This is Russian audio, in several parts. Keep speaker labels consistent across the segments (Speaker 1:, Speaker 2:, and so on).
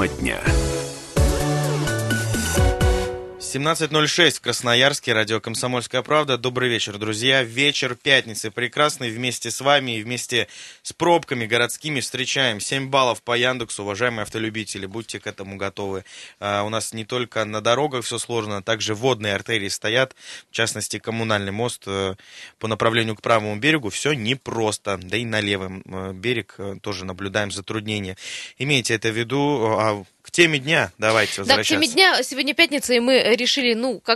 Speaker 1: Тема дня.
Speaker 2: 17:06 в Красноярске, радио «Комсомольская правда». Добрый вечер, друзья. Вечер пятницы прекрасный. Вместе с вами и вместе с пробками городскими встречаем 7 баллов по Яндексу. Уважаемые автолюбители, будьте к этому готовы. У нас не только на дорогах все сложно, также водные артерии стоят. В частности, коммунальный мост по направлению к правому берегу. Все непросто. Да и на левом берег тоже наблюдаем затруднения. Имейте это в виду. К теме дня давайте возвращаться.
Speaker 3: Да, к теме дня. Сегодня пятница, и мы решили,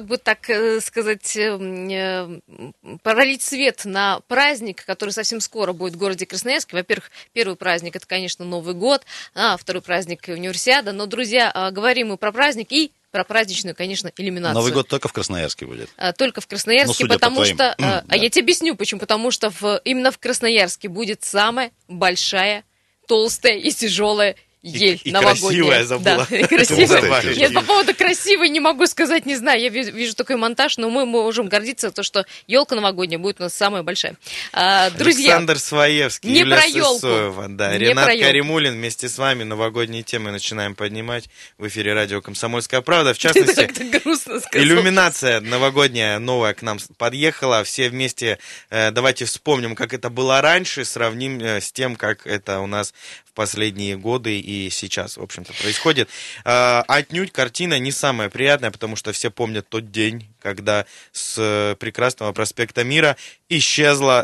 Speaker 3: пролить свет на праздник, который совсем скоро будет в городе Красноярске. Во-первых, первый праздник – это, конечно, Новый год, а второй праздник – Универсиада. Но, друзья, говорим мы про праздник и про праздничную, конечно, иллюминацию.
Speaker 4: Новый год только в Красноярске будет.
Speaker 3: Только в Красноярске, потому что... Я тебе объясню, почему. Потому что именно в Красноярске будет самая большая, толстая и тяжелая ель новогодняя.
Speaker 2: Красивая, забыла.
Speaker 3: Да, красивая. Нет, по поводу красивой не могу сказать, не знаю. Я вижу такой монтаж, но мы можем гордиться, то, что елка новогодняя будет у нас самая большая. Друзья,
Speaker 2: Александр Своевский,
Speaker 3: не
Speaker 2: Юлия
Speaker 3: про елку.
Speaker 2: Сысоева, да, Ренат Каримулин вместе с вами новогодние темы начинаем поднимать в эфире радио «Комсомольская правда». В частности, иллюминация новогодняя новая к нам подъехала. Все вместе давайте вспомним, как это было раньше, сравним с тем, как это у нас в последние годы и сейчас, в общем-то, происходит. Отнюдь картина не самая приятная, потому что все помнят тот день, когда с прекрасного проспекта Мира исчезла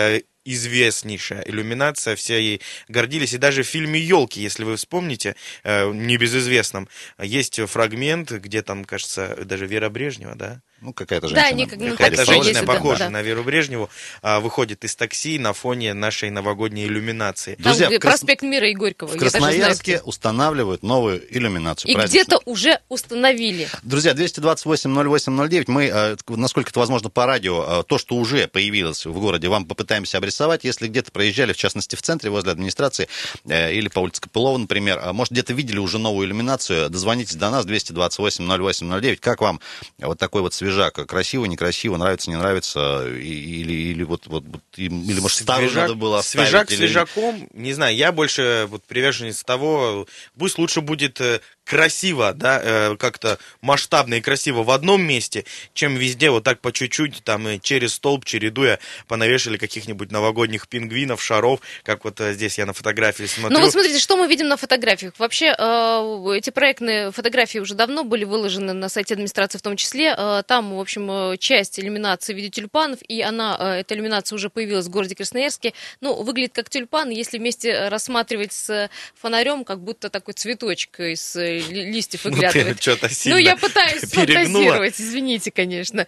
Speaker 2: известнейшая иллюминация, все ей гордились. И даже в фильме «Елки», если вы вспомните, небезызвестном, есть фрагмент, где там, кажется, даже Вера Брежнева, да?
Speaker 4: Ну, какая-то женщина.
Speaker 3: Да,
Speaker 2: какая-то женщина, похожая
Speaker 3: да.
Speaker 2: на Веру Брежневу, выходит из такси на фоне нашей новогодней иллюминации.
Speaker 4: Друзья,
Speaker 3: там, проспект Мира и Горького.
Speaker 4: В Красноярске устанавливают новую иллюминацию.
Speaker 3: И где-то уже установили.
Speaker 4: Друзья, 228-08-09, мы, насколько это возможно по радио, то, что уже появилось в городе, вам попытаемся обрисовать. Если где-то проезжали, в частности, в центре, возле администрации, или по улице Копылова, например, может, где-то видели уже новую иллюминацию, дозвонитесь до нас, 228-08-09. Как вам вот такой вот свежак? Красиво, некрасиво, нравится, не нравится, или может, старую надо было оставить?
Speaker 2: Свежак свежаком, не знаю, я больше приверженец того, пусть лучше будет красиво, да, как-то масштабно и красиво в одном месте, чем везде вот так по чуть-чуть, там, через столб, чередуя, понавешали каких-нибудь новогодних пингвинов, шаров, как вот здесь я на фотографии смотрю.
Speaker 3: Ну вот смотрите, что мы видим на фотографиях. Вообще, эти проектные фотографии уже давно были выложены на сайте администрации в том числе. Там, в общем, часть иллюминации в виде тюльпанов, и эта иллюминация уже появилась в городе Красноярске. Ну, выглядит как тюльпан, если вместе рассматривать с фонарем, как будто такой цветочек из листьев выглядывает. Ну, я пытаюсь фантазировать, извините, конечно.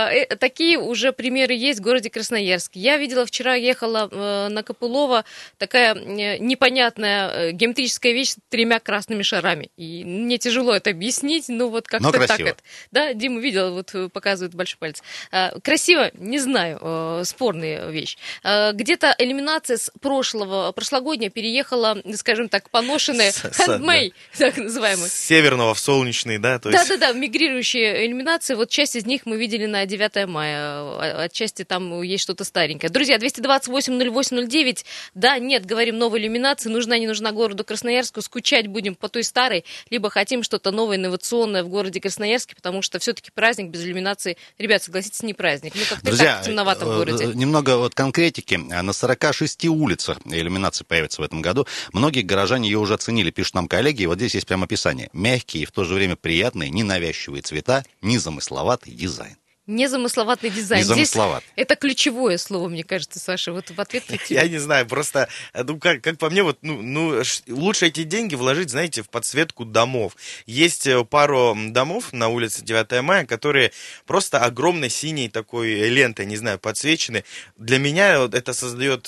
Speaker 3: Такие уже примеры есть в городе Красноярске. Я видела, вчера ехала на Копылова, такая непонятная геометрическая вещь с 3 красными шарами. И мне тяжело это объяснить, но вот как-то так это. Да, Дима видел, вот показывает большой палец. Красиво, не знаю, спорная вещь. Где-то иллюминация с прошлогодняя переехала, скажем так, поношенная, handmade, так называемая.
Speaker 2: С северного в солнечный, да?
Speaker 3: Да, мигрирующие иллюминации. Вот часть из них мы видели на 9 мая. Отчасти там есть что-то старенькое. Друзья, 228-08-09. Да, нет, говорим, новая иллюминация. Нужна, не нужна городу Красноярску. Скучать будем по той старой, либо хотим что-то новое, инновационное в городе Красноярске, потому что все-таки праздник без иллюминации, ребят, согласитесь, не праздник. Ну, как-то
Speaker 4: друзья,
Speaker 3: так темновато в городе.
Speaker 4: Немного вот конкретики. На 46 улицах иллюминация появится в этом году. Многие горожане ее уже оценили, пишут нам коллеги. И вот здесь есть прямо описание. Мягкие и в то же время приятные, ненавязчивые цвета, незамысловатый дизайн.
Speaker 3: Незамысловатый дизайн. Здесь это ключевое слово, мне кажется, Саша. Вот в ответ
Speaker 2: я не знаю, просто, как по мне, лучше эти деньги вложить, знаете, в подсветку домов. Есть пару домов на улице 9 мая, которые просто огромной синей такой лентой, не знаю, подсвечены. Для меня это создает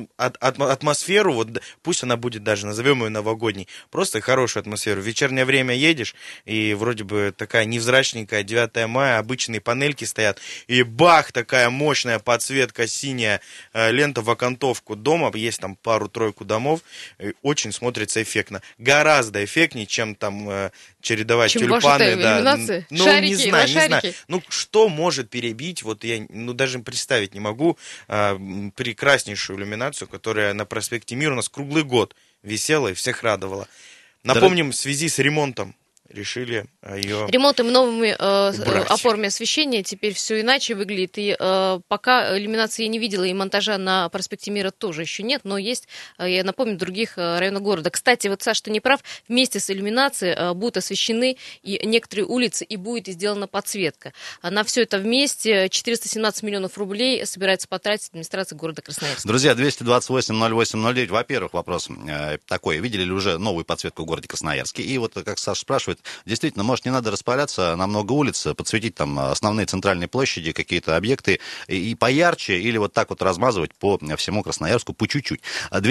Speaker 2: атмосферу, пусть она будет даже, назовем ее новогодней, просто хорошую атмосферу. В вечернее время едешь, и вроде бы такая невзрачненькая 9 мая, обычные панельки стоят, и бах, такая мощная подсветка, синяя лента в окантовку дома, есть там пару-тройку домов, очень смотрится эффектно. Гораздо эффектнее, чем там чередовать тюльпаны.
Speaker 3: Иллюминации?
Speaker 2: Ну,
Speaker 3: шарики,
Speaker 2: не знаю. Ну, что может перебить, я даже представить не могу, прекраснейшую иллюминацию, которая на проспекте Мира у нас круглый год висела и всех радовала. Напомним, в связи с ремонтом решили ее
Speaker 3: ремонтом и новыми опорами освещения теперь все иначе выглядит. И пока иллюминации я не видела, и монтажа на проспекте Мира тоже еще нет, но есть, я напомню, в других районах города. Кстати, вот, Саш, ты не прав, вместе с иллюминацией будут освещены и некоторые улицы, и будет сделана подсветка. На все это вместе 417 миллионов рублей собирается потратить администрация города Красноярск.
Speaker 4: Друзья, 228-08-09. Во-первых, вопрос такой. Видели ли уже новую подсветку в городе Красноярске? И вот, как Саша спрашивает, действительно, может, не надо распаляться на много улиц, подсветить там основные центральные площади, какие-то объекты и поярче, или вот так вот размазывать по всему Красноярску по чуть-чуть.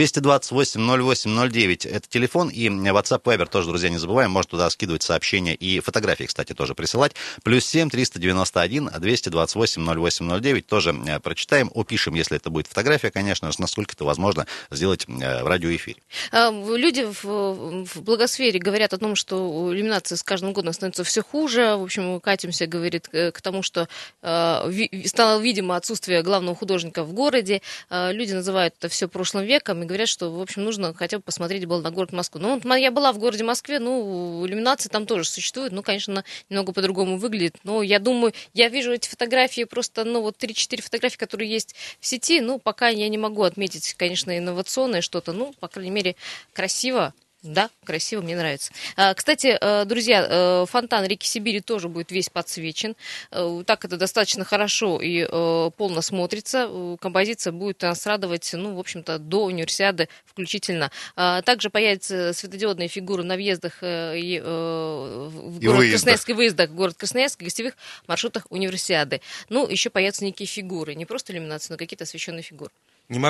Speaker 4: 228-08-09 это телефон, и WhatsApp, Viber тоже, друзья, не забываем, можно туда скидывать сообщения и фотографии, кстати, тоже присылать. +7 391 228 08 09 тоже прочитаем, опишем, если это будет фотография, конечно же, насколько это возможно сделать в радиоэфире.
Speaker 3: Люди в благосфере говорят о том, что иллюминация с каждым годом становится все хуже. В общем, мы катимся, говорит, к тому, что стало видимо отсутствие главного художника в городе. Люди называют это все прошлым веком и говорят, что, в общем, нужно хотя бы посмотреть было на город Москву. Ну, вот я была в городе Москве, ну, иллюминация там тоже существует, ну, конечно, она немного по-другому выглядит. Но я думаю, я вижу эти фотографии просто, ну, вот 3-4 фотографии, которые есть в сети, ну, пока я не могу отметить, конечно, инновационное что-то, ну, по крайней мере, красиво. Да, красиво, мне нравится. Кстати, друзья, фонтан реки Сибири тоже будет весь подсвечен. Так это достаточно хорошо и полно смотрится. Композиция будет нас радовать, ну, в общем-то, до универсиады включительно. Также появятся светодиодные фигуры на въездах и в город Красноярск, и выездах в город Красноярск, и гостевых маршрутах универсиады. Ну, еще появятся некие фигуры, не просто иллюминации, но какие-то освещенные фигуры.
Speaker 2: Не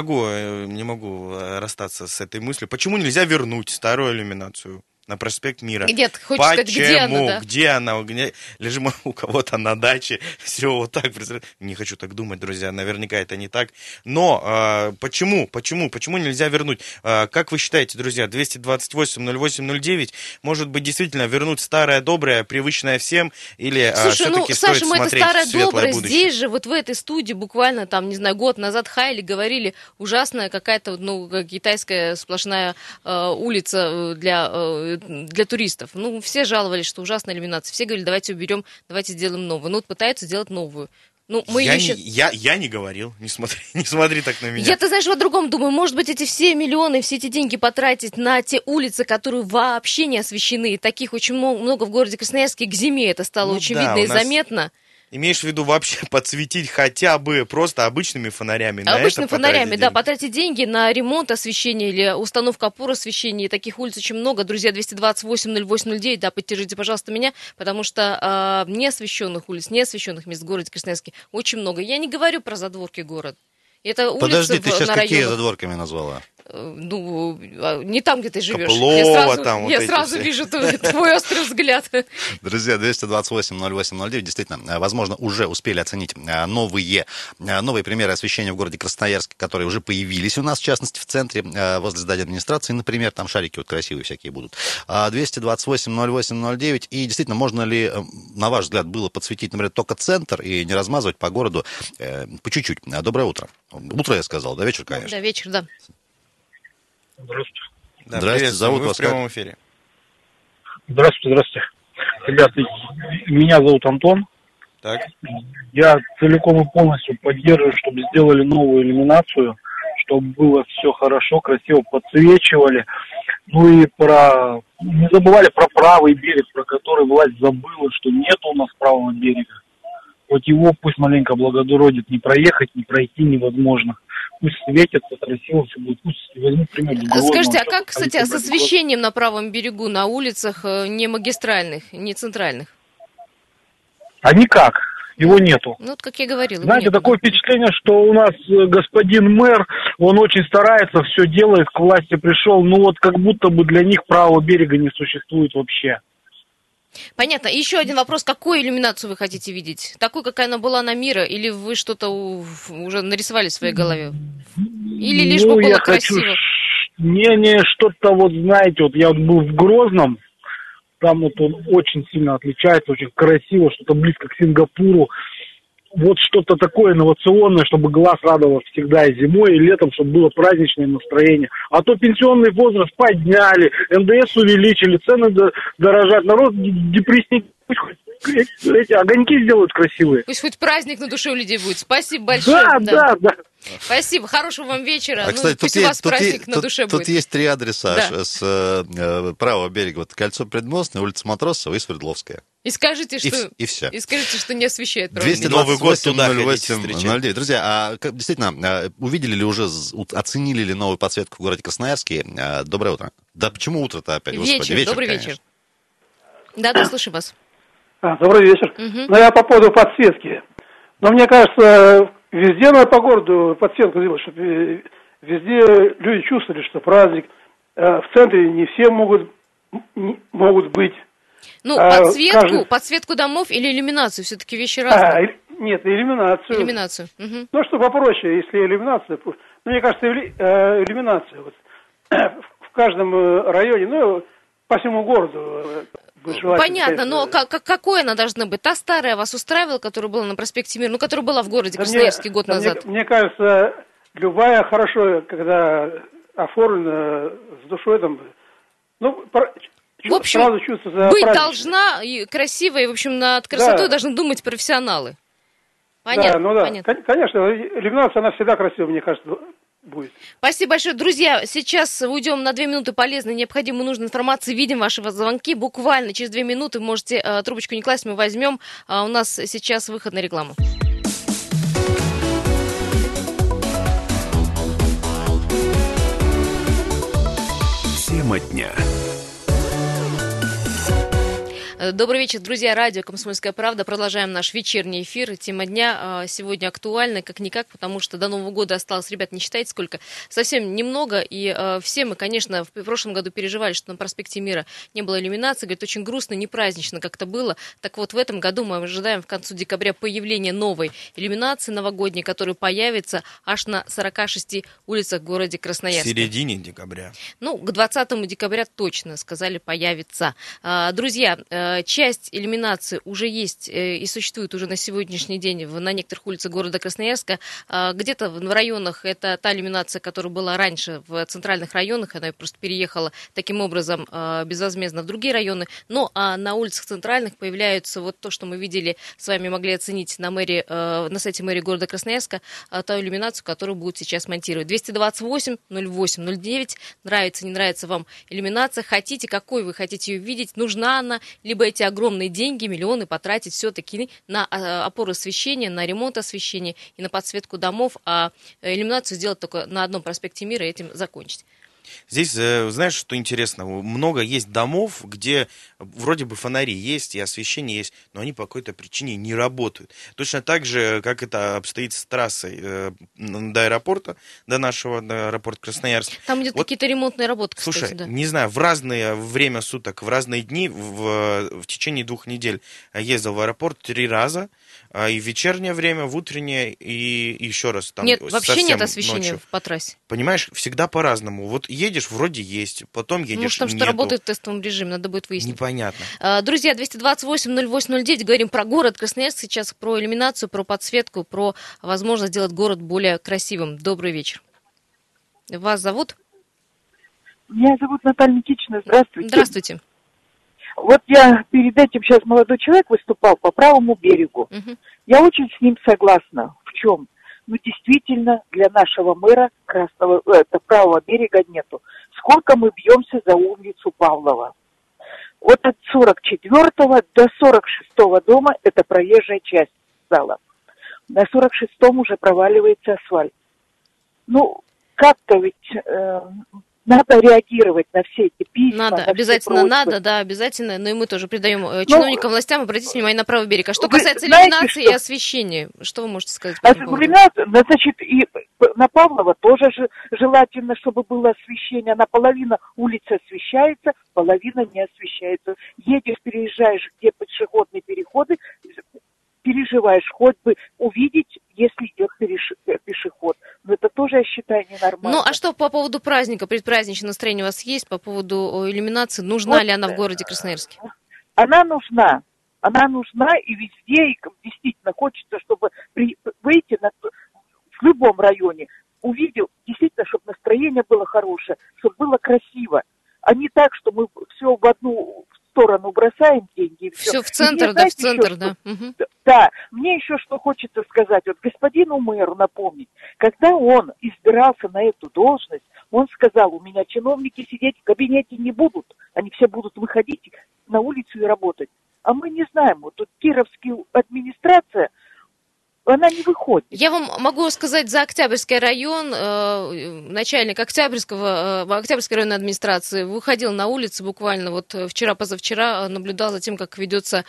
Speaker 2: могу расстаться с этой мыслью. Почему нельзя вернуть старую иллюминацию на проспект Мира?
Speaker 3: Нет, хочешь сказать, где она, да?
Speaker 2: Где она? Лежим у кого-то на даче. Все вот так. Не хочу так думать, друзья. Наверняка это не так. Но почему нельзя вернуть? Как вы считаете, друзья, 228-08-09, может быть, действительно вернуть старое, доброе, привычное всем? Или все-таки стоит
Speaker 3: Саша, мы это
Speaker 2: смотреть
Speaker 3: старое,
Speaker 2: в светлое
Speaker 3: доброе.
Speaker 2: будущее?
Speaker 3: Здесь же, вот в этой студии, буквально там, не знаю, год назад хаяли, говорили, ужасная какая-то, ну, китайская сплошная улица для туристов. Ну, все жаловались, что ужасная иллюминация. Все говорили, давайте уберем, давайте сделаем новую. Ну, вот пытаются сделать новую. Ну,
Speaker 2: я не говорил, не смотри так на меня.
Speaker 3: Я, ты знаешь, о другом думаю. Может быть, эти все миллионы, все эти деньги потратить на те улицы, которые вообще не освещены. Таких очень много в городе Красноярске. К зиме это стало очень видно и заметно.
Speaker 2: Имеешь в виду вообще подсветить хотя бы просто обычными фонарями?
Speaker 3: Обычными фонарями, да, потратить деньги на ремонт освещения или установку опор освещения. Таких улиц очень много. Друзья, 228-08-09, да, поддержите, пожалуйста, меня, потому что неосвещенных улиц, неосвещенных мест в городе Красноярске очень много. Я не говорю про задворки города. Это улицы.
Speaker 4: Подожди, ты сейчас
Speaker 3: на
Speaker 4: какие
Speaker 3: районах.
Speaker 4: Задворками назвала?
Speaker 3: Ну, не там, где ты живешь.
Speaker 2: Копылова,
Speaker 3: я сразу вижу твой острый взгляд.
Speaker 4: Друзья, 228-08-09, действительно, возможно, уже успели оценить новые примеры освещения в городе Красноярске, которые уже появились у нас, в частности, в центре, возле здания администрации, например, там шарики вот красивые всякие будут. 228-08-09, и действительно, можно ли, на ваш взгляд, было подсветить, например, только центр и не размазывать по городу по чуть-чуть? Доброе утро. Утро, я сказал, да, вечер, конечно.
Speaker 3: Да, вечер, да.
Speaker 1: Здравствуйте.
Speaker 2: Да, здравствуйте, зовут вас в прямом эфире.
Speaker 1: Здравствуйте. Ребята, меня зовут Антон.
Speaker 2: Так.
Speaker 1: Я целиком и полностью поддерживаю, чтобы сделали новую иллюминацию, чтобы было все хорошо, красиво подсвечивали. Ну и не забывали про правый берег, про который власть забыла, что нет у нас правого берега. Вот его пусть маленько облагородит, не проехать, не пройти невозможно. Пусть светится, красиво все будет. Пусть возьмут пример.
Speaker 3: Скажите, а как, кстати, с освещением на правом берегу, на улицах не магистральных, не центральных?
Speaker 1: А никак. Его нету.
Speaker 3: Ну, вот как я говорила.
Speaker 1: Знаете, такое впечатление, что у нас господин мэр, он очень старается, все делает, к власти пришел, ну вот как будто бы для них правого берега не существует вообще.
Speaker 3: Понятно. И еще один вопрос. Какую иллюминацию вы хотите видеть? Такую, какая она была на Мира? Или вы что-то уже нарисовали в своей голове? Или лишь бы было красиво?
Speaker 1: Не, что-то вот, знаете, вот я был в Грозном, там вот он очень сильно отличается, очень красиво, что-то близко к Сингапуру. вот что-то такое инновационное, чтобы глаз радовал всегда и зимой, и летом, чтобы было праздничное настроение. А то пенсионный возраст подняли, НДС увеличили, цены дорожат, народ депрессивный. Эти огоньки сделают красивые.
Speaker 3: Пусть хоть праздник на душе у людей будет. Спасибо большое.
Speaker 1: Да.
Speaker 3: Спасибо, хорошего вам вечера.
Speaker 4: Кстати,
Speaker 3: пусть у вас праздник на душе будет.
Speaker 4: Тут есть 3 адреса с правого берега. Вот Кольцо Предмостное, улица Матросова и Свердловская.
Speaker 3: И скажите, что...
Speaker 4: И все.
Speaker 3: И скажите, что не освещает.
Speaker 4: 228-08-09. Друзья, а действительно, увидели ли уже, оценили ли новую подсветку в городе Красноярске? Доброе утро. Да почему утро-то опять?
Speaker 3: Вечер, добрый вечер. Да, слушаю вас.
Speaker 5: Добрый вечер. Но я по поводу подсветки. Но мне кажется, везде надо по городу подсветку сделать, чтобы везде люди чувствовали, что праздник. В центре не все могут быть.
Speaker 3: Ну, подсветку домов или иллюминацию? Все-таки вещи разные.
Speaker 5: Нет, иллюминацию.
Speaker 3: Иллюминацию. Угу.
Speaker 5: Ну, что попроще, если иллюминация. Ну, мне кажется, иллюминация. Вот, в каждом районе, по всему городу.
Speaker 3: Понятно, но какой она должна быть? Та старая вас устраивала, которая была на проспекте Мира, которая была в городе Красноярске год назад?
Speaker 5: Мне кажется, любая хорошо, когда оформлена с душой, там,
Speaker 3: в общем, быть должна и красивой, и, в общем, над красотой должны думать профессионалы. Понятно, понятно.
Speaker 5: Конечно, иллюминация, она всегда красивая, мне кажется, будет.
Speaker 3: Спасибо большое. Друзья, сейчас уйдем на 2 минуты полезной, необходимой, нужной информации. Видим ваши звонки. Буквально через 2 минуты можете трубочку не класть, мы возьмем. У нас сейчас выход на рекламу.
Speaker 6: Тема дня.
Speaker 3: Добрый вечер, друзья. Радио «Комсомольская правда». Продолжаем наш вечерний эфир. Тема дня сегодня актуальна, как-никак, потому что до Нового года осталось, ребят, не считайте сколько, совсем немного. И все мы, конечно, в прошлом году переживали, что на проспекте Мира не было иллюминации. Говорит, очень грустно, не празднично как-то было. Так вот, в этом году мы ожидаем в конце декабря появления новой иллюминации новогодней, которая появится аж на 46 улицах в городе Красноярске.
Speaker 2: В середине декабря.
Speaker 3: К 20 декабря точно, сказали, появится. Друзья, часть иллюминации уже есть и существует уже на сегодняшний день на некоторых улицах города Красноярска. Где-то в районах это та иллюминация, которая была раньше в центральных районах, она просто переехала таким образом безвозмездно в другие районы. Но на улицах центральных появляются вот то, что мы видели, с вами могли оценить на сайте мэрии города Красноярска, ту иллюминацию, которую будут сейчас монтировать. 228-08-09. Нравится, не нравится вам иллюминация? Хотите, какой вы хотите ее видеть? Нужна она? Либо эти огромные деньги, миллионы потратить все-таки на опору освещения, на ремонт освещения и на подсветку домов, а иллюминацию сделать только на одном проспекте Мира и этим закончить.
Speaker 2: Здесь, знаешь, что интересно? Много есть домов, где вроде бы фонари есть и освещение есть, но они по какой-то причине не работают. Точно так же, как это обстоит с трассой до аэропорта, до нашего аэропорта Красноярск.
Speaker 3: Там идут какие-то ремонтные работы, кстати.
Speaker 2: Слушай, не знаю, в разное время суток, в разные дни, в течение 2 недель ездил в аэропорт 3 раза, и в вечернее время, в утреннее, и еще раз. Там
Speaker 3: нет, вообще нет освещения
Speaker 2: ночью.
Speaker 3: По трассе.
Speaker 2: Понимаешь, всегда по-разному. Вот едешь, вроде есть, потом едешь,
Speaker 3: может, потому что работает в тестовом режиме, надо будет выяснить.
Speaker 2: Непонятно.
Speaker 3: Друзья, 228-08-09, говорим про город Красноярск сейчас, про иллюминацию, про подсветку, про возможность сделать город более красивым. Добрый вечер. Вас зовут?
Speaker 7: Меня зовут Наталья Никитична. Здравствуйте.
Speaker 3: Здравствуйте.
Speaker 7: Вот я перед этим сейчас молодой человек выступал по правому берегу.
Speaker 3: Угу.
Speaker 7: Я очень с ним согласна. В чем? Действительно, для нашего мэра правого берега нету. Сколько мы бьемся за улицу Павлова? Вот от 44-го до 46-го дома это проезжая часть зала. На 46-м уже проваливается асфальт. Как-то ведь надо реагировать на все эти письма.
Speaker 3: Надо, обязательно надо, да, обязательно. Но и мы тоже придаем чиновникам, властям обратить внимание на правый берег. А что касается иллюминации и освещения, что вы можете сказать по этому поводу?
Speaker 7: Значит, и на Павлова тоже желательно, чтобы было освещение. Половина улицы освещается, половина не освещается. Едешь, переезжаешь, где пешеходные переходы, переживаешь, хоть бы увидеть, если идет пешеход. Но это тоже, я считаю, ненормально.
Speaker 3: А что по поводу праздника, предпраздничное настроение у вас есть? По поводу иллюминации, нужна ли она в городе Красноярске?
Speaker 7: Она нужна. Она нужна и везде, и действительно хочется, чтобы выйти в любом районе, увидел, действительно, чтобы настроение было хорошее, чтобы было красиво. А не так, что мы все в одну сторону бросаем деньги. И все
Speaker 3: в центр,
Speaker 7: мне,
Speaker 3: в центр, да.
Speaker 7: Да, мне еще что хочется сказать, вот господину мэру напомнить, когда он избирался на эту должность, он сказал, у меня чиновники сидеть в кабинете не будут, они все будут выходить на улицу и работать. А мы не знаем, вот тут кировская администрация, она не выходит.
Speaker 3: Я вам могу сказать за Октябрьский район, начальник Октябрьской районной администрации выходил на улицы буквально вот вчера-позавчера, наблюдал за тем, как ведется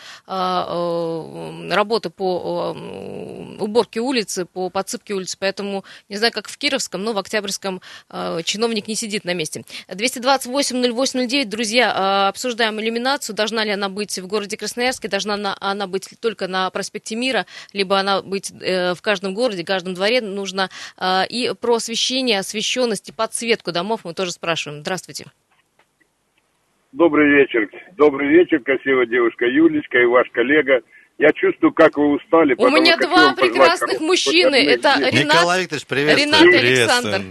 Speaker 3: работа по уборке улицы, по подсыпке улицы, поэтому не знаю, как в Кировском, но в Октябрьском чиновник не сидит на месте. 228-08-09, друзья, обсуждаем элиминацию, должна ли она быть в городе Красноярске, должна она быть только на проспекте Мира, либо она быть в каждом городе, в каждом дворе нужно. И про освещение, освещенность и подсветку домов мы тоже спрашиваем. Здравствуйте.
Speaker 8: Добрый вечер. Добрый вечер, красивая девушка Юлечка и ваш коллега. Я чувствую, как вы устали.
Speaker 3: У меня два прекрасных мужчины. Это Ренат,
Speaker 4: Николай Викторович, приветствую.
Speaker 3: Ренат и Александр.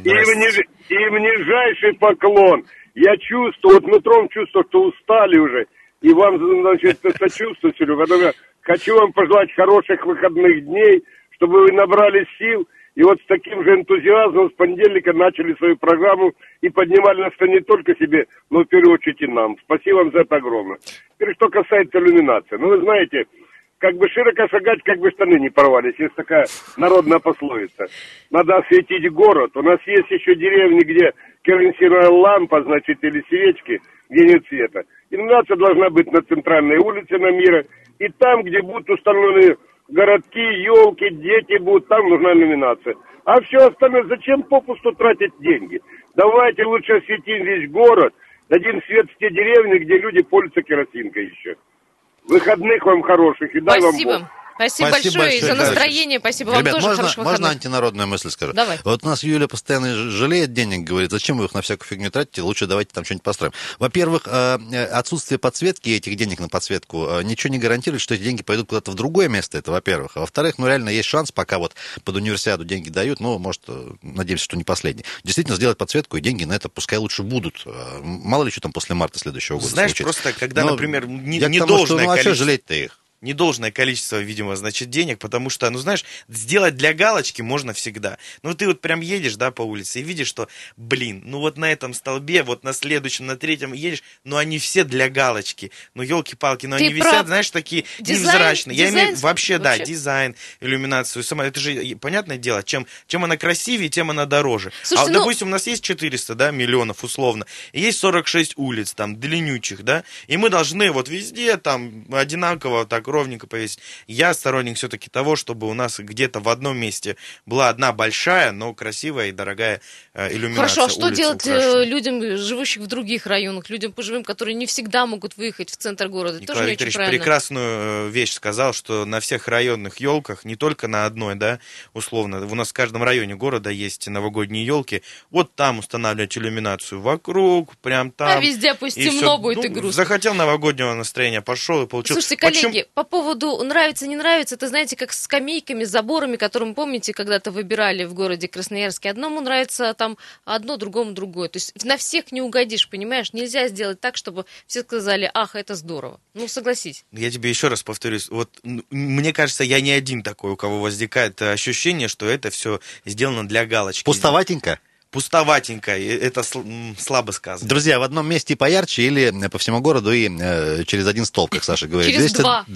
Speaker 8: И в нижайший поклон. Я чувствую, вот нутром чувствую, что устали уже. И вам, значит, сочувствую, Серега. Хочу вам пожелать хороших выходных дней, чтобы вы набрали сил. И вот с таким же энтузиазмом с понедельника начали свою программу и поднимали нас не только себе, но в первую очередь и нам. Спасибо вам за это огромное. Теперь, что касается иллюминации. Ну, вы знаете, как бы широко шагать, как бы штаны не порвались. Есть такая народная пословица. Надо осветить город. У нас есть еще деревни, где керосиновая лампа, значит, или свечки, где нет света. Иллюминация должна быть на центральной улице на Мира. И там, где будут установлены городки, елки, дети будут, там нужна иллюминация. А все остальное, зачем попусту тратить деньги? Давайте лучше осветим весь город, дадим свет в те деревни, где люди пользуются керосинкой еще. Выходных вам хороших и дай
Speaker 3: Спасибо.
Speaker 8: вам Бог.
Speaker 3: Спасибо большое за настроение, спасибо вам.
Speaker 4: Ребят,
Speaker 3: тоже хороших выходных.
Speaker 4: Можно антинародную мысль скажу?
Speaker 3: Давай.
Speaker 4: Вот у нас Юля постоянно жалеет денег, говорит, зачем вы их на всякую фигню тратите, лучше давайте там что-нибудь построим. Во-первых, отсутствие подсветки, этих денег на подсветку, ничего не гарантирует, что эти деньги пойдут куда-то в другое место, это во-первых. А во-вторых, ну реально есть шанс, пока вот под универсиаду деньги дают, ну, может, надеемся, что не последний. Действительно, сделать подсветку, и деньги на это пускай лучше будут. Мало ли что там после марта следующего года
Speaker 2: Знаешь,
Speaker 4: случится.
Speaker 2: просто когда, например,
Speaker 4: недолжное
Speaker 2: количество...
Speaker 4: вообще жалеть-то их.
Speaker 2: Недолжное количество, видимо, значит, денег, потому что, ну, знаешь, сделать для галочки можно всегда. Ну, ты вот прям едешь, да, по улице и видишь, что, блин, ну, вот на этом столбе, вот на следующем, на третьем едешь, ну, они все для галочки. Ну, елки-палки, но они висят, знаешь, такие невзрачные. Я имею вообще, да, дизайн, иллюминацию, сама, это же, понятное дело, чем она красивее, тем она дороже. Слушайте, допустим, у нас есть 400, да, миллионов, условно, и есть 46 улиц, там, длиннючих, да, и мы должны вот везде, там, одинаково, так, ровненько повесить. Я сторонник все-таки того, чтобы у нас где-то в одном месте была одна большая, но красивая и дорогая иллюминация.
Speaker 3: Хорошо, а что делать людям, живущим в других районах, людям пожилым, которые не всегда могут выехать в центр города?
Speaker 2: Николай Викторович прекрасную вещь сказал, что на всех районных елках, не только на одной, да, условно, у нас в каждом районе города есть новогодние елки, вот там устанавливать иллюминацию вокруг, прям там.
Speaker 3: А везде пусть темно будет и грустно.
Speaker 2: Захотел новогоднего настроения, пошел и получил.
Speaker 3: Слушайте, коллеги, по поводу нравится, не нравится, это, знаете, как с скамейками, заборами, которым, помните, когда-то выбирали в городе Красноярске. Одному нравится там одно, другому другое. То есть на всех не угодишь, понимаешь? Нельзя сделать так, чтобы все сказали, ах, это здорово. Ну, согласись.
Speaker 2: Я тебе еще раз повторюсь. Вот мне кажется, я не один такой, у кого возникает ощущение, что это все сделано для галочки.
Speaker 4: Пустоватенько?
Speaker 2: Пустоватенько, это слабо сказано.
Speaker 4: Друзья, в одном месте поярче или по всему городу и через один столб, как Саша говорит.
Speaker 3: Через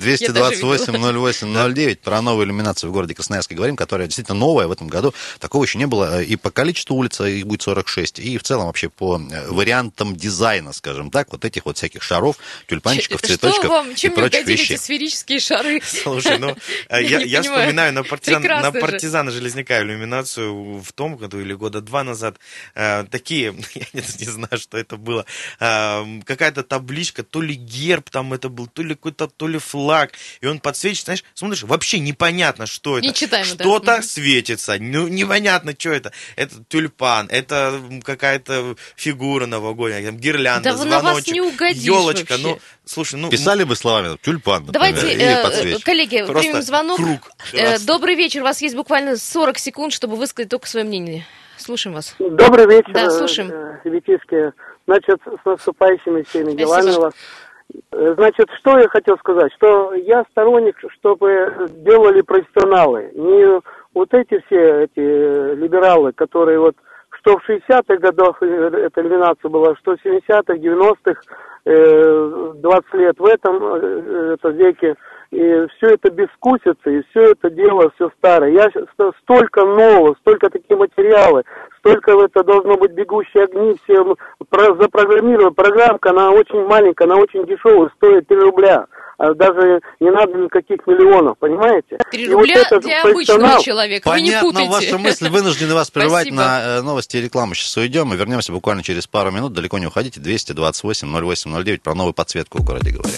Speaker 4: 228-08-09 про новую иллюминацию в городе Красноярске говорим, которая действительно новая в этом году. Такого еще не было. И по количеству улиц их будет 46, и в целом вообще по вариантам дизайна, скажем так, вот этих вот всяких шаров, тюльпанчиков, цветочков и прочих вещей.
Speaker 3: Сферические шары?
Speaker 2: Слушай, ну, я вспоминаю на партизана Железняка иллюминацию в том году или года 2 назад. назад такие, я не знаю, что это было, какая-то табличка, то ли герб там это был, то ли какой-то, то ли флаг, и он подсвечивает, знаешь, смотришь, вообще непонятно, что это. Что-то светится, ну, непонятно, что это. Это тюльпан, это какая-то фигура новогодняя, там, гирлянда, звоночек, елочка. Ну, слушай, ну...
Speaker 4: Писали бы словами тюльпан,
Speaker 3: например. Давайте, коллеги, примем звонок. Добрый вечер, у вас есть буквально 40 секунд, чтобы высказать только свое мнение. Слушаем вас.
Speaker 9: Добрый вечер.
Speaker 3: Да, слушаем.
Speaker 9: Ребятишки, значит, с наступающими всеми делами у вас. Значит, что я хотел сказать, что я сторонник, чтобы делали профессионалы, не вот эти все эти либералы, которые вот, что в 60-х годах эта иллюминация была, что в 70-х, 90-х, 20 лет в этом веке, и все это бескусится, и все это дело, все старое. Я столько нового, столько такие материалы, столько это должно быть бегущие огни, все запрограммирована. Программка, она очень маленькая, она очень дешевая, стоит 3 рубля. А даже не надо никаких миллионов, понимаете?
Speaker 3: 3 рубля вот для обычного человека, вы не путайте.
Speaker 4: Понятно ваша мысль, вынуждены вас прерывать на новости и рекламу. Сейчас уйдем, мы вернемся буквально через пару минут, далеко не уходите. 228-08-09, про новую подсветку в городе говорим.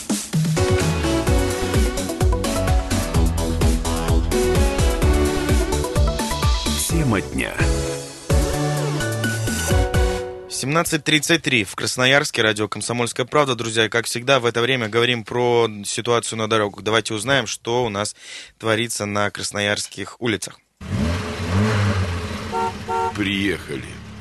Speaker 6: Тема дня.
Speaker 2: 17:33 в Красноярске, радио «Комсомольская правда». Друзья, как всегда, в это время говорим про ситуацию на дорогах. Давайте узнаем, что у нас творится на красноярских улицах.
Speaker 6: Приехали.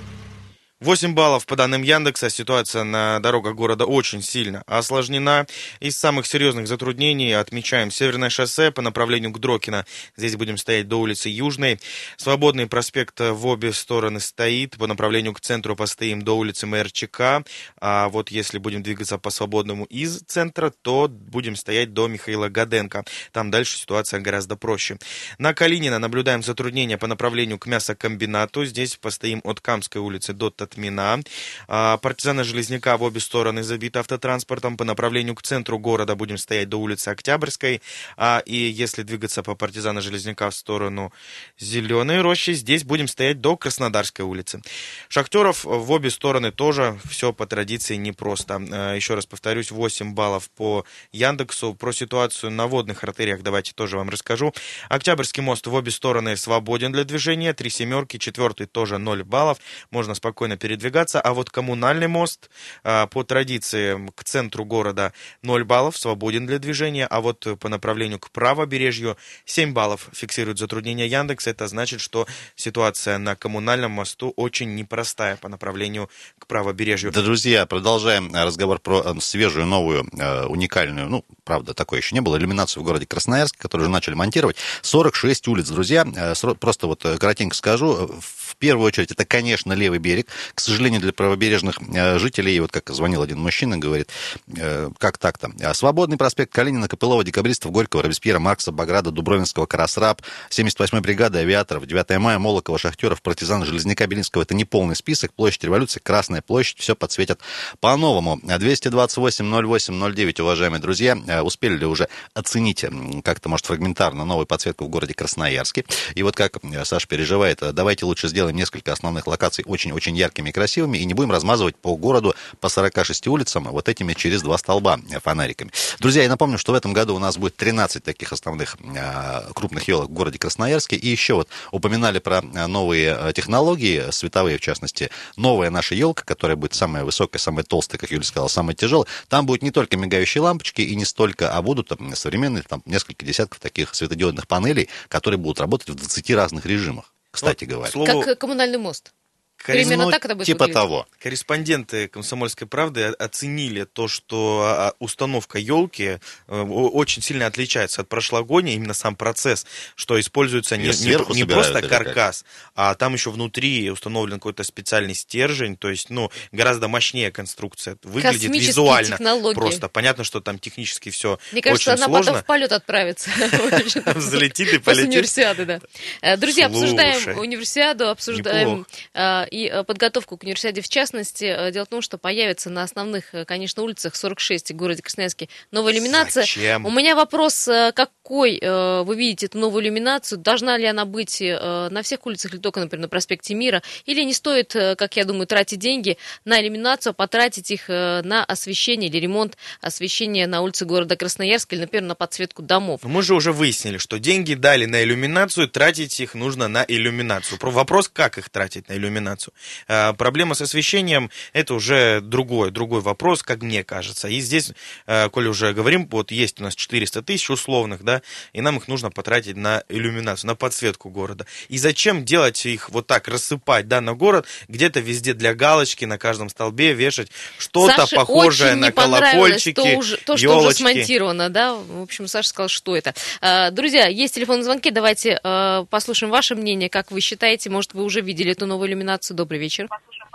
Speaker 2: 8 баллов по данным Яндекса. Ситуация на дорогах города очень сильно осложнена. Из самых серьезных затруднений отмечаем Северное шоссе по направлению к Дрокино. Здесь будем стоять до улицы Южной. Свободный проспект в обе стороны стоит. По направлению к центру постоим до улицы МРЧК. А вот если будем двигаться по свободному из центра, то будем стоять до Михаила Гаденко. Там дальше ситуация гораздо проще. На Калинина наблюдаем затруднения по направлению к мясокомбинату. Здесь постоим от Камской улицы до Татмина. Партизана Железняка в обе стороны забиты автотранспортом. По направлению к центру города будем стоять до улицы Октябрьской. И если двигаться по Партизана Железняка в сторону Зеленой Рощи, здесь будем стоять до Краснодарской улицы. Шахтеров в обе стороны тоже все по традиции непросто. Еще раз повторюсь, 8 баллов по Яндексу. Про ситуацию на водных артериях давайте тоже вам расскажу. Октябрьский мост в обе стороны свободен для движения. 3 семерки, 4 тоже 0 баллов. Можно спокойно передвигаться, а вот Коммунальный мост по традиции к центру города 0 баллов, свободен для движения, а вот по направлению к правобережью 7 баллов фиксирует затруднение Яндекс. Это значит, что ситуация на Коммунальном мосту очень непростая по направлению к правобережью.
Speaker 4: Да, друзья, продолжаем разговор про свежую, новую, уникальную, ну, правда, такой еще не было, иллюминацию в городе Красноярске, которую уже начали монтировать. 46 улиц, друзья. Просто вот коротенько скажу. В первую очередь, это, конечно, левый берег. К сожалению, для правобережных жителей, вот как звонил один мужчина, говорит, как так-то. Свободный проспект Калинина, Копылова, Декабристов, Горького, Робеспьера, Маркса, Баграта, Дубровинского, Карасраб, 78-й бригады авиаторов, 9 мая, Молокова, Шахтеров, Партизана, Железняка, Белинского. Это не полный список. Площадь Революции, Красная площадь, все подсветят по-новому. 228-08-09, уважаемые друзья, успели ли уже оценить как-то, может, фрагментарно новую подсветку в городе Красноярске? И вот как Саша переживает, давайте лучше сделаем несколько основных локаций очень-очень яркими и красивыми, и не будем размазывать по городу по 46 улицам вот этими через 2 столба фонариками. Друзья, я напомню, что в этом году у нас будет 13 таких основных крупных елок в городе Красноярске. И еще вот упоминали про новые технологии, световые в частности. Новая наша елка, которая будет самая высокая, самая толстая, как Юля сказала, самая тяжелая. Там будет не только мигающие лампочки и не столько, а будут современные, там несколько десятков таких светодиодных панелей, которые будут работать в 20 разных режимах, кстати говоря.
Speaker 3: Как коммунальный мост. Примерно так это будет
Speaker 4: типа
Speaker 3: выглядеть.
Speaker 4: того.
Speaker 2: Корреспонденты «Комсомольской правды» оценили то, что установка елки очень сильно отличается от прошлогодней, именно сам процесс, что используется не просто каркас, а там еще внутри установлен какой-то специальный стержень, то есть, гораздо мощнее конструкция. Выглядит визуально технологии. Просто. Понятно, что там технически все очень сложно.
Speaker 3: Мне кажется, она потом в полет отправится.
Speaker 2: Взлетит и полетит.
Speaker 3: После универсиады, да. Друзья, обсуждаем универсиаду, обсуждаем и подготовку к универсиаде в частности. Дело в том, что появится на основных, конечно, улицах 46 в городе Красноярске новая иллюминация.
Speaker 2: Зачем?
Speaker 3: У меня вопрос, какой вы видите эту новую иллюминацию? Должна ли она быть на всех улицах или только, например, на проспекте Мира? Или не стоит, как я думаю, тратить деньги на иллюминацию, а потратить их на освещение или ремонт освещения на улице города Красноярска или, например, на подсветку домов?
Speaker 2: Мы же уже выяснили, что деньги дали на иллюминацию, тратить их нужно на иллюминацию. Вопрос, как их тратить на иллюминацию. Проблема с освещением – это уже другой вопрос, как мне кажется. И здесь, коли уже говорим, вот есть у нас 400 тысяч условных, да, и нам их нужно потратить на иллюминацию, на подсветку города. И зачем делать их вот так, рассыпать, да, на город, где-то везде для галочки, на каждом столбе вешать что-то
Speaker 3: Саше
Speaker 2: похожее на колокольчики,
Speaker 3: то, что уже смонтировано, да? В общем, Саша сказал, что это. Друзья, есть телефонные звонки, давайте послушаем ваше мнение, как вы считаете, может, вы уже видели эту новую иллюминацию. Добрый вечер.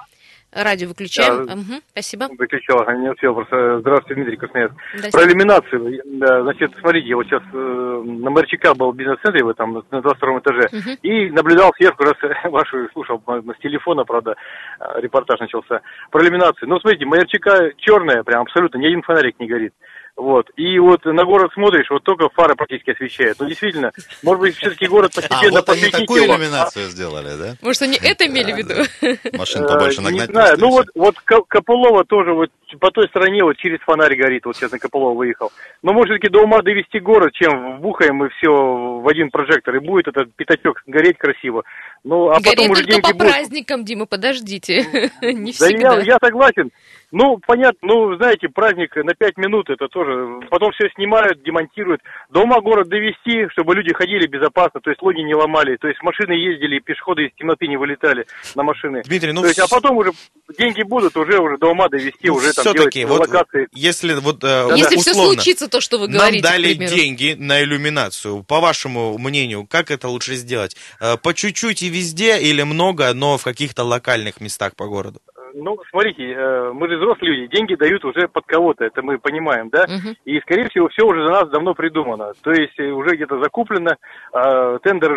Speaker 3: Радио выключаем. Угу, спасибо.
Speaker 10: Выключал, не успел просто. Здравствуйте, Дмитрий Красноярск. Про иллюминацию. Значит, смотрите, я вот сейчас на МРЧК был в бизнес-центре, вы там на 22 этаже, и наблюдал сверху, раз вашу слушал с телефона, правда, репортаж начался, про иллюминацию. Ну, смотрите, МРЧК черная, прям абсолютно, ни один фонарик не горит. Вот. И вот на город смотришь, вот только фары практически освещают. Ну, действительно, может быть, все-таки город постепенно
Speaker 4: вот они такую иллюминацию сделали, да?
Speaker 3: Может, они это имели в виду?
Speaker 4: Машин побольше нагнать.
Speaker 10: Не знаю, ну вот Копылова тоже вот по той стороне вот через фонарь горит, вот сейчас на Копылова выехал. Но может все-таки до ума довести город, чем вбухаем и все в один прожектор, и будет этот пятачок гореть красиво. Ну, а
Speaker 3: горит
Speaker 10: потом уже
Speaker 3: только по
Speaker 10: будут...
Speaker 3: праздникам, Дима, подождите. Не
Speaker 10: Да
Speaker 3: всегда.
Speaker 10: я согласен. Ну, понятно, ну, знаете, праздник на 5 минут, это тоже, потом все снимают, демонтируют. До ума город довести, чтобы люди ходили безопасно, то есть логи не ломали, то есть машины ездили, пешеходы из темноты не вылетали на машины.
Speaker 2: Дмитрий, ну...
Speaker 10: То есть, а потом уже деньги будут уже до ума довести, уже там делать локации.
Speaker 2: Если вот
Speaker 3: если
Speaker 2: условно,
Speaker 3: все случится, то, что вы говорите,
Speaker 2: нам дали деньги на иллюминацию, по вашему мнению, как это лучше сделать? По чуть-чуть и везде или много, но в каких-то локальных местах по городу?
Speaker 10: Ну, смотрите, мы же взрослые люди, деньги дают уже под кого-то, это мы понимаем, да? И, скорее всего, все уже за нас давно придумано. То есть уже где-то закуплено, тендер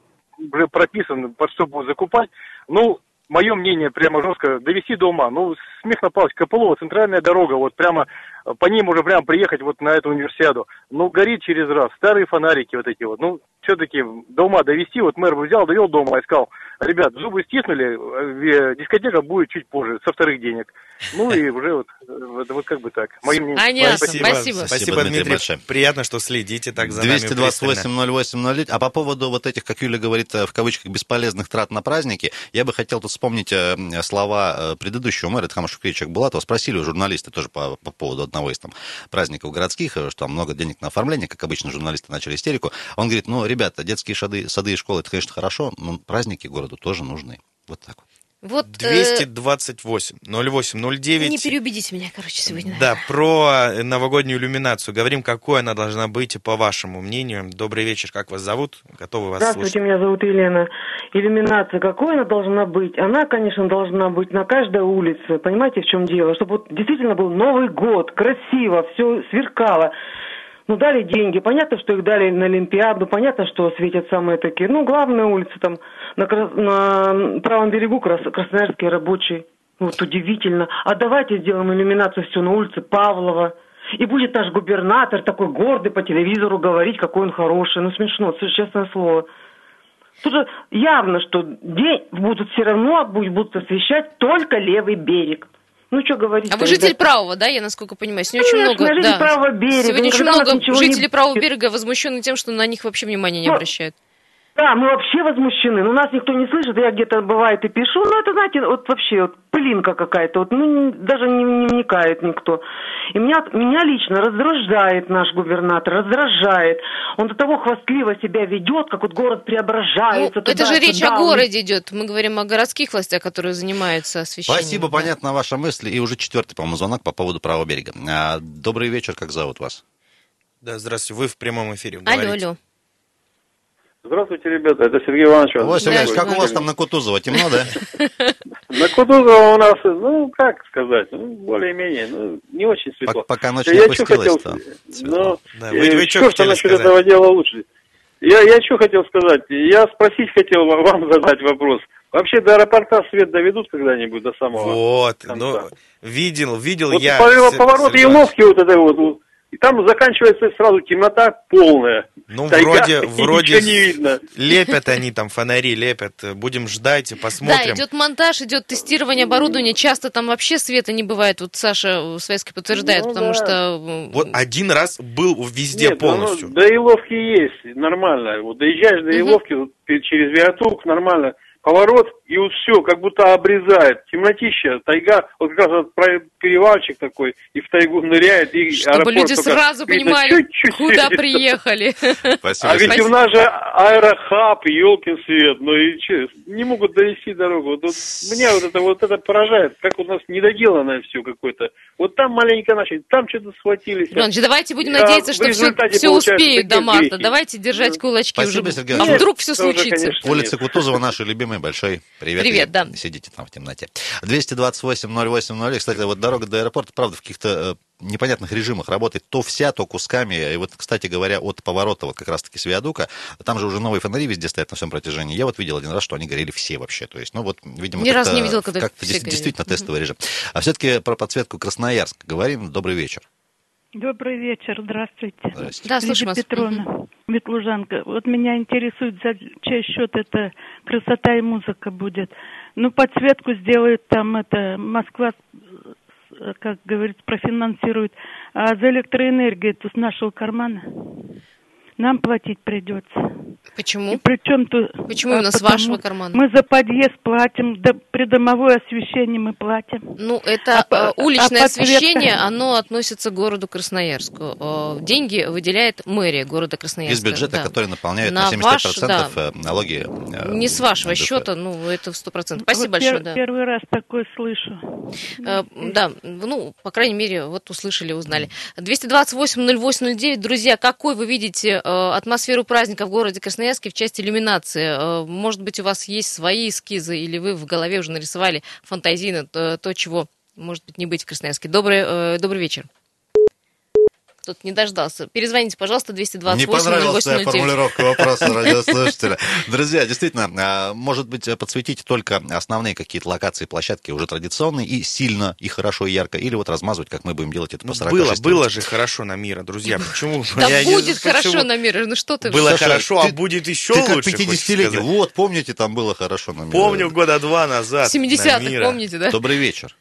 Speaker 10: уже прописан, под что будут закупать. Ну, мое мнение, прямо жестко, довести до ума. Ну, смех на палочку, Копылова, центральная дорога, вот прямо по ним уже прямо приехать вот на эту универсиаду. Ну, горит через раз, старые фонарики вот эти вот. Ну, все-таки до ума довести, вот мэр взял, довел до ума и сказал: ребят, зубы стиснули, дискотека будет чуть позже, со вторых денег. Ну и уже вот как бы так. Моим мнением.
Speaker 2: Спасибо, Дмитрий. Большое. Приятно, что следите так за
Speaker 4: 228-08-09. А по поводу вот этих, как Юля говорит, в кавычках, бесполезных трат на праздники, я бы хотел тут вспомнить слова предыдущего мэра Эдхама Шукриевича Булатова. Спросили у журналиста тоже по поводу одного из там праздников городских, что там много денег на оформление, как обычно журналисты начали истерику. Он говорит: ну, ребята, детские сады и школы, это, конечно, хорошо, но праздники городу тоже нужны. Вот так вот.
Speaker 3: Вот,
Speaker 2: 228 08 09.
Speaker 3: Не переубедите меня, короче, сегодня.
Speaker 2: Да, про новогоднюю иллюминацию. Говорим, какой она должна быть, по вашему мнению. Добрый вечер, как вас зовут? Готовы вас
Speaker 11: Здравствуйте,
Speaker 2: слушать.
Speaker 11: Меня зовут Елена. Иллюминация, какой она должна быть? Она, конечно, должна быть на каждой улице. Понимаете, в чем дело? Чтобы вот действительно был Новый год, красиво, все сверкало. Ну, дали деньги. Понятно, что их дали на Олимпиаду. Понятно, что светят самые такие. Ну, главная улица там на правом берегу Красноярский рабочий. Вот удивительно. А давайте сделаем иллюминацию все на улице Павлова. И будет наш губернатор такой гордый по телевизору говорить, какой он хороший. Ну, смешно, честное слово. Тут же явно, что день будут все равно будут освещать только левый берег. Ну, что говорить?
Speaker 3: А вы житель правого, да, я насколько понимаю? Сегодня очень много,
Speaker 11: житель правого берега.
Speaker 3: Сегодня очень много жителей правого берега возмущены тем, что на них вообще внимания не обращают.
Speaker 11: Да, мы вообще возмущены, но нас никто не слышит, я где-то бывает и пишу, но это, знаете, вот вообще вот пылинка какая-то, вот, ну, даже не вникает никто. И меня лично раздражает наш губернатор, раздражает. Он до того хвастливо себя ведет, как вот город преображается.
Speaker 3: Ну, это же речь о городе идет, мы говорим о городских властях, которые занимаются освещением.
Speaker 4: Спасибо, да. Понятна ваша мысль, и уже 4-й, по-моему, звонок по поводу правого берега. Добрый вечер, как зовут вас?
Speaker 2: Да, здравствуйте, вы в прямом эфире.
Speaker 3: Алло.
Speaker 12: Здравствуйте, ребята, это Сергей Иванович.
Speaker 4: Василий Иванович, как у вас там на Кутузова? Темно, да?
Speaker 12: На Кутузова у нас, ну, как сказать, более-менее, не очень светло.
Speaker 4: Пока ночь не опустилась, то светло.
Speaker 12: Что насчет этого дела лучше? Я что хотел сказать? Я спросить хотел вам задать вопрос. Вообще до аэропорта свет доведут когда-нибудь до самого
Speaker 2: Вот,
Speaker 12: конца.
Speaker 2: ну, видел
Speaker 12: Вот
Speaker 2: я...
Speaker 12: поворот Еловки вот это вот, и там заканчивается сразу темнота полная.
Speaker 2: Ну,
Speaker 12: Тайга,
Speaker 2: вроде
Speaker 12: ничего не видно.
Speaker 2: лепят они там, фонари лепят, будем ждать и посмотрим.
Speaker 3: Да, идет монтаж, идет тестирование оборудования, часто там вообще света не бывает, вот Саша Свайский подтверждает, потому что...
Speaker 2: Вот один раз был везде
Speaker 12: Нет,
Speaker 2: полностью.
Speaker 12: До Еловки есть, нормально. Вот доезжаешь до Еловки, вот, через Виатук, нормально. Поворот, и вот все, как будто обрезает. Темнотища, тайга, вот как раз вот перевалчик такой, и в тайгу ныряет, и
Speaker 3: чтобы
Speaker 12: аэропорт
Speaker 3: люди сразу понимали, чуть-чуть куда приехали.
Speaker 12: Спасибо. А ведь у нас же аэрохаб, елкин свет, ну и че, не могут довести дорогу. Вот меня вот это поражает, как у нас недоделанное все какое-то. Вот там маленько начали, там что-то схватились.
Speaker 3: Иванович, давайте будем надеяться, что все успеют до марта. Давайте держать кулачки уже. А вдруг все случится.
Speaker 4: Улица Кутузова, наши любимые, большой привет.
Speaker 3: Привет, да.
Speaker 4: Сидите там в темноте. 228-08-0. Кстати, вот дорога до аэропорта, правда, в каких-то непонятных режимах работает то вся, то кусками. И вот, кстати говоря, от поворота вот как раз-таки с Виадука, там же уже новые фонари везде стоят на всем протяжении. Я вот видел один раз, что они горели все вообще. То есть, ну вот, видимо,
Speaker 3: ни разу не видел, когда
Speaker 4: как-то действительно тестовый режим. А все-таки про подсветку Красноярска говорим. Добрый вечер.
Speaker 13: Добрый вечер, здравствуйте.
Speaker 4: Здравствуйте.
Speaker 3: Да, слушаем вас.
Speaker 13: Петровна, Ветлужанка. Вот меня интересует, за чей счет это красота и музыка будет. Ну, подсветку сделает там это Москва, как говорится, профинансирует. А за электроэнергию это с нашего кармана нам платить придется.
Speaker 3: Почему?
Speaker 13: И причем
Speaker 3: почему именно с вашего кармана?
Speaker 13: Мы за подъезд платим, придомовое освещение мы платим.
Speaker 3: Ну, это уличное освещение, оно относится к городу Красноярску. Деньги выделяет мэрия города Красноярска.
Speaker 4: Из бюджета,
Speaker 3: да.
Speaker 4: который наполняет
Speaker 3: на
Speaker 4: 75% налоги.
Speaker 3: Не с вашего счета, ну, это 100%. Спасибо большое. Да.
Speaker 13: Первый раз такое слышу.
Speaker 3: Да, ну, по крайней мере, вот услышали, узнали. 228-08-09. Друзья, какой вы видите атмосферу праздника в городе Красноярске в части иллюминации? Может быть, у вас есть свои эскизы, или вы в голове уже нарисовали фантазийно то, чего может быть не быть в Красноярске? Добрый вечер. Кто-то не дождался. Перезвоните, пожалуйста, 228-08-09.
Speaker 4: Не понравилась твоя формулировка вопроса радиослушателя. Друзья, действительно, может быть, подсветите только основные какие-то локации, площадки уже традиционные и сильно, и хорошо, и ярко, или вот размазывать, как мы будем делать это по 46.
Speaker 2: Было же хорошо на Мира, друзья. Почему?
Speaker 3: Да будет хорошо на Мира, ну что ты.
Speaker 2: Было хорошо, а будет еще лучше.
Speaker 4: Ты как 50-летний, вот, помните, там было хорошо на Мира.
Speaker 2: Помню, года 2 назад.
Speaker 3: 70-х, помните, да?
Speaker 4: Добрый вечер.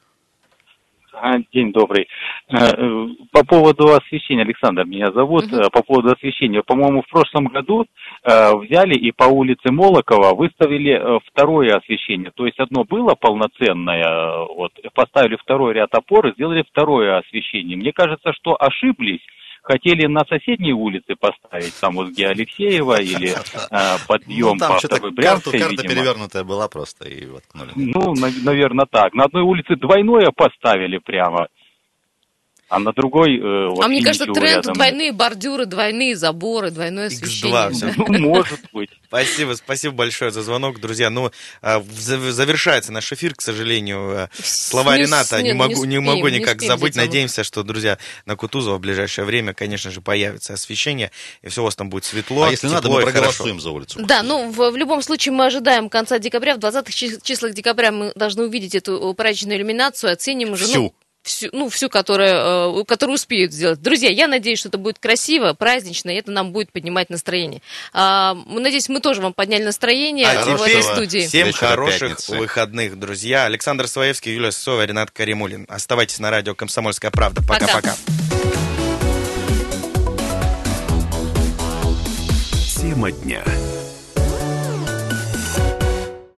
Speaker 14: День добрый. По поводу освещения, Александр меня зовут, по поводу освещения. По-моему, в прошлом году взяли и по улице Молокова выставили второе освещение. То есть одно было полноценное, вот, поставили второй ряд опор и сделали второе освещение. Мне кажется, что ошиблись. Хотели на соседней улице поставить, там вот где Алексеева или подъем по Второй Брянской,
Speaker 4: карта перевернутая была просто и воткнули.
Speaker 14: Ну, наверное, так. На одной улице двойное поставили прямо, а на другой...
Speaker 3: вот, мне кажется, тренд
Speaker 14: рядом.
Speaker 3: Двойные бордюры, двойные заборы, двойное освещение.
Speaker 2: X2,
Speaker 14: ну, может быть.
Speaker 2: Спасибо большое за звонок, друзья. Ну, завершается наш эфир, к сожалению. Слова Рената не могу никак забыть. Надеемся, что, друзья, на Кутузова в ближайшее время, конечно же, появится освещение, и все у вас там будет светло.
Speaker 4: А если надо, мы проголосуем за улицу.
Speaker 3: Да, ну, в любом случае мы ожидаем конца декабря. В 20-х числах декабря мы должны увидеть эту праздничную иллюминацию, оценим уже... Всю, которую успеют сделать. Друзья, я надеюсь, что это будет красиво, празднично, и это нам будет поднимать настроение. Надеюсь, мы тоже вам подняли настроение в этой студии.
Speaker 2: Всем хороших выходных, друзья. Александр Своевский, Юлия Сысоева, Ренат Каримулин. Оставайтесь на радио «Комсомольская правда». Пока-пока.
Speaker 6: Тема дня.